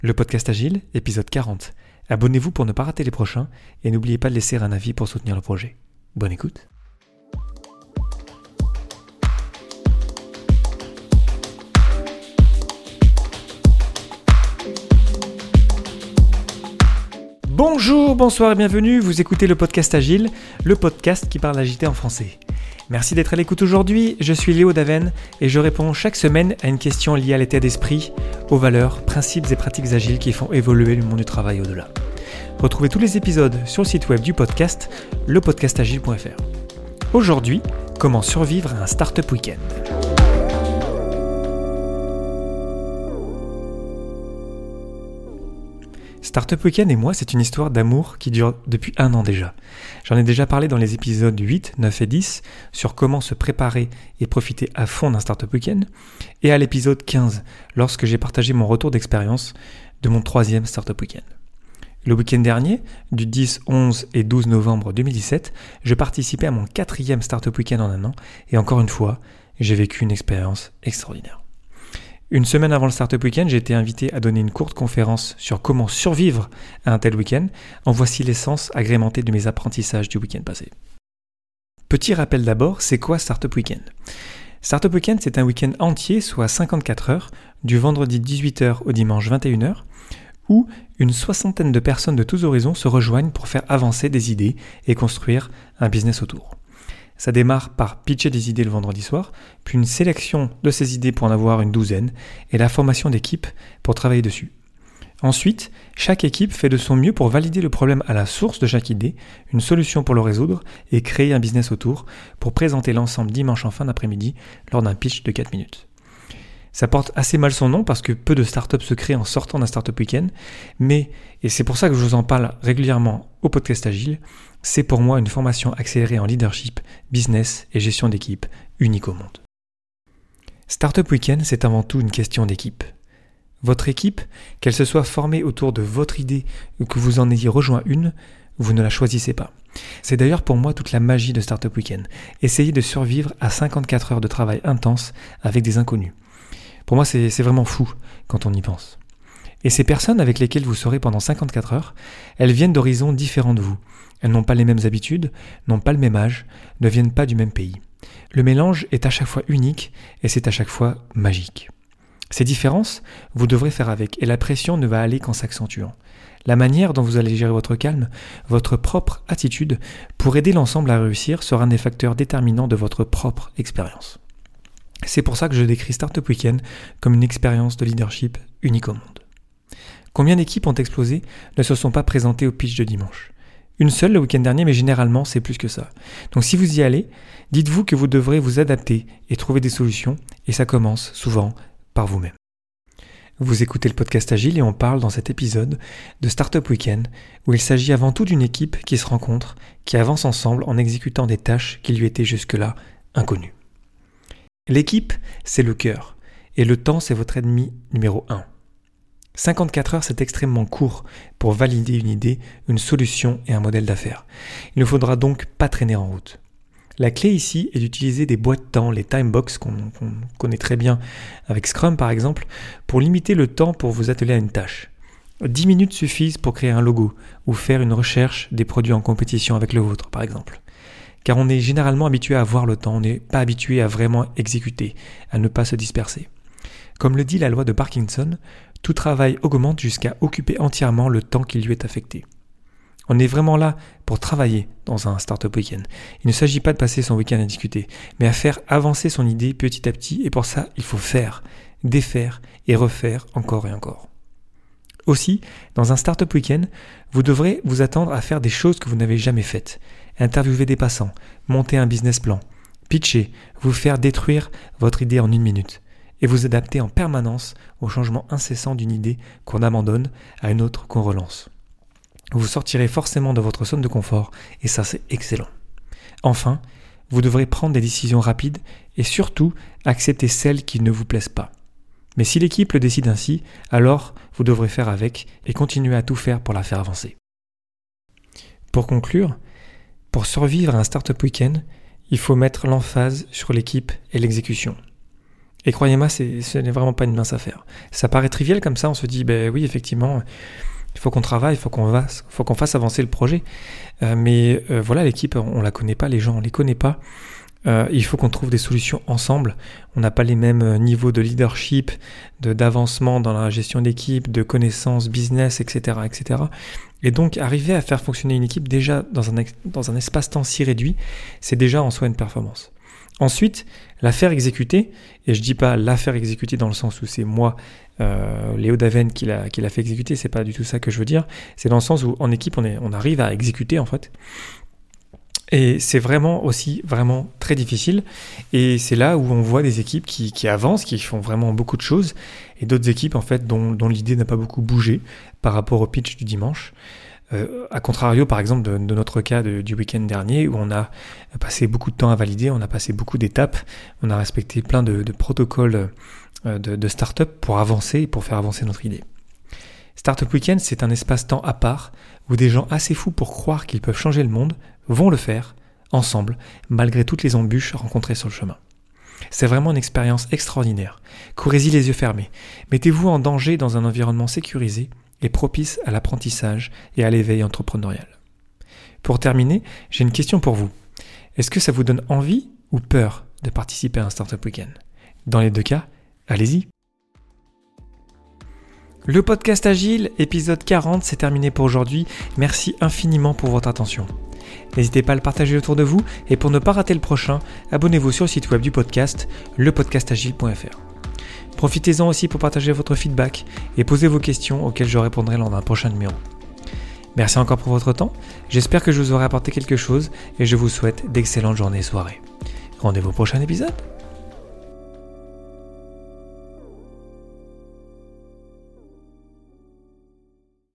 Le podcast Agile, épisode 40. Abonnez-vous pour ne pas rater les prochains et n'oubliez pas de laisser un avis pour soutenir le projet. Bonne écoute. Bonjour, bonsoir et bienvenue, vous écoutez le podcast Agile, le podcast qui parle agilité en français. Merci d'être à l'écoute aujourd'hui, je suis Léo Daven et je réponds chaque semaine à une question liée à l'état d'esprit, aux valeurs, principes et pratiques agiles qui font évoluer le monde du travail au-delà. Retrouvez tous les épisodes sur le site web du podcast, lepodcastagile.fr. Aujourd'hui, comment survivre à un Startup Weekend. Startup Weekend et moi, c'est une histoire d'amour qui dure depuis 1 an déjà. J'en ai déjà parlé dans les épisodes 8, 9 et 10 sur comment se préparer et profiter à fond d'un Startup Weekend, et à l'épisode 15, lorsque j'ai partagé mon retour d'expérience de mon 3e Startup Weekend. Le week-end dernier, du 10, 11 et 12 novembre 2017, je participais à mon 4e Startup Weekend en 1 an, et encore une fois, j'ai vécu une expérience extraordinaire. Une semaine avant le Startup Weekend, j'ai été invité à donner une courte conférence sur comment survivre à un tel week-end. En voici l'essence agrémentée de mes apprentissages du week-end passé. Petit rappel d'abord, c'est quoi Startup Weekend ? Startup Weekend, c'est un week-end entier, soit 54 heures, du vendredi 18h au dimanche 21h, où une soixantaine de personnes de tous horizons se rejoignent pour faire avancer des idées et construire un business autour. Ça démarre par pitcher des idées le vendredi soir, puis une sélection de ces idées pour en avoir une douzaine, et la formation d'équipes pour travailler dessus. Ensuite, chaque équipe fait de son mieux pour valider le problème à la source de chaque idée, une solution pour le résoudre, et créer un business autour pour présenter l'ensemble dimanche en fin d'après-midi lors d'un pitch de 4 minutes. Ça porte assez mal son nom parce que peu de startups se créent en sortant d'un Startup Weekend, mais, et c'est pour ça que je vous en parle régulièrement au podcast Agile, c'est pour moi une formation accélérée en leadership, business et gestion d'équipe, unique au monde. Startup Weekend, c'est avant tout une question d'équipe. Votre équipe, qu'elle se soit formée autour de votre idée ou que vous en ayez rejoint une, vous ne la choisissez pas. C'est d'ailleurs pour moi toute la magie de Startup Weekend. Essayez de survivre à 54 heures de travail intense avec des inconnus. Pour moi, c'est vraiment fou quand on y pense. Et ces personnes avec lesquelles vous serez pendant 54 heures, elles viennent d'horizons différents de vous. Elles n'ont pas les mêmes habitudes, n'ont pas le même âge, ne viennent pas du même pays. Le mélange est à chaque fois unique et c'est à chaque fois magique. Ces différences, vous devrez faire avec et la pression ne va aller qu'en s'accentuant. La manière dont vous allez gérer votre calme, votre propre attitude pour aider l'ensemble à réussir sera un des facteurs déterminants de votre propre expérience. C'est pour ça que je décris Startup Weekend comme une expérience de leadership unique au monde. Combien d'équipes ont explosé ne se sont pas présentées au pitch de dimanche ? Une seule le week-end dernier, mais généralement c'est plus que ça. Donc si vous y allez, dites-vous que vous devrez vous adapter et trouver des solutions, et ça commence souvent par vous-même. Vous écoutez le podcast Agile et on parle dans cet épisode de Startup Weekend, où il s'agit avant tout d'une équipe qui se rencontre, qui avance ensemble en exécutant des tâches qui lui étaient jusque-là inconnues. L'équipe, c'est le cœur, et le temps, c'est votre ennemi numéro 1. 54 heures, c'est extrêmement court pour valider une idée, une solution et un modèle d'affaires. Il ne faudra donc pas traîner en route. La clé ici est d'utiliser des boîtes temps, les timebox qu'on connaît très bien avec Scrum par exemple, pour limiter le temps pour vous atteler à une tâche. 10 minutes suffisent pour créer un logo ou faire une recherche des produits en compétition avec le vôtre par exemple. Car on est généralement habitué à voir le temps, on n'est pas habitué à vraiment exécuter, à ne pas se disperser. Comme le dit la loi de Parkinson, tout travail augmente jusqu'à occuper entièrement le temps qui lui est affecté. On est vraiment là pour travailler dans un Startup Weekend. Il ne s'agit pas de passer son week-end à discuter, mais à faire avancer son idée petit à petit, et pour ça, il faut faire, défaire et refaire encore et encore. Aussi, dans un Startup Weekend, vous devrez vous attendre à faire des choses que vous n'avez jamais faites. Interviewer des passants, monter un business plan, pitcher, vous faire détruire votre idée en 1 minute et vous adapter en permanence au changement incessant d'une idée qu'on abandonne à une autre qu'on relance. Vous sortirez forcément de votre zone de confort et ça c'est excellent. Enfin, vous devrez prendre des décisions rapides et surtout accepter celles qui ne vous plaisent pas. Mais si l'équipe le décide ainsi, alors vous devrez faire avec et continuer à tout faire pour la faire avancer. Pour conclure, pour survivre à un Startup Weekend, il faut mettre l'emphase sur l'équipe et l'exécution. Et croyez-moi, ce n'est vraiment pas une mince affaire. Ça paraît trivial comme ça, on se dit, oui, effectivement, il faut qu'on travaille, il faut qu'on fasse avancer le projet. Mais voilà, l'équipe, on la connaît pas, les gens, on les connaît pas. Il faut qu'on trouve des solutions ensemble. On n'a pas les mêmes niveaux de leadership, d'avancement dans la gestion d'équipe, de connaissances business, etc., etc. Et donc, arriver à faire fonctionner une équipe déjà dans un espace-temps si réduit, c'est déjà en soi une performance. Ensuite, la faire exécuter, et je dis pas la faire exécuter dans le sens où c'est moi, Léo Daven, qui l'a fait exécuter, c'est pas du tout ça que je veux dire, c'est dans le sens où en équipe, on arrive à exécuter en fait. Et c'est vraiment très difficile, et c'est là où on voit des équipes qui avancent, qui font vraiment beaucoup de choses, et d'autres équipes en fait dont l'idée n'a pas beaucoup bougé par rapport au pitch du dimanche. A contrario, par exemple, de notre cas du week-end dernier, où on a passé beaucoup de temps à valider, on a passé beaucoup d'étapes, on a respecté plein de protocoles de start-up pour avancer et pour faire avancer notre idée. Startup Weekend, c'est un espace-temps à part où des gens assez fous pour croire qu'ils peuvent changer le monde vont le faire ensemble, malgré toutes les embûches rencontrées sur le chemin. C'est vraiment une expérience extraordinaire. Courez-y les yeux fermés. Mettez-vous en danger dans un environnement sécurisé et propice à l'apprentissage et à l'éveil entrepreneurial. Pour terminer, j'ai une question pour vous. Est-ce que ça vous donne envie ou peur de participer à un Startup Weekend ? Dans les deux cas, allez-y. Le podcast Agile, épisode 40, c'est terminé pour aujourd'hui. Merci infiniment pour votre attention. N'hésitez pas à le partager autour de vous et pour ne pas rater le prochain, abonnez-vous sur le site web du podcast, lepodcastagile.fr. Profitez-en aussi pour partager votre feedback et poser vos questions auxquelles je répondrai lors d'un prochain numéro. Merci encore pour votre temps, j'espère que je vous aurai apporté quelque chose et je vous souhaite d'excellentes journées et soirées. Rendez-vous au prochain épisode.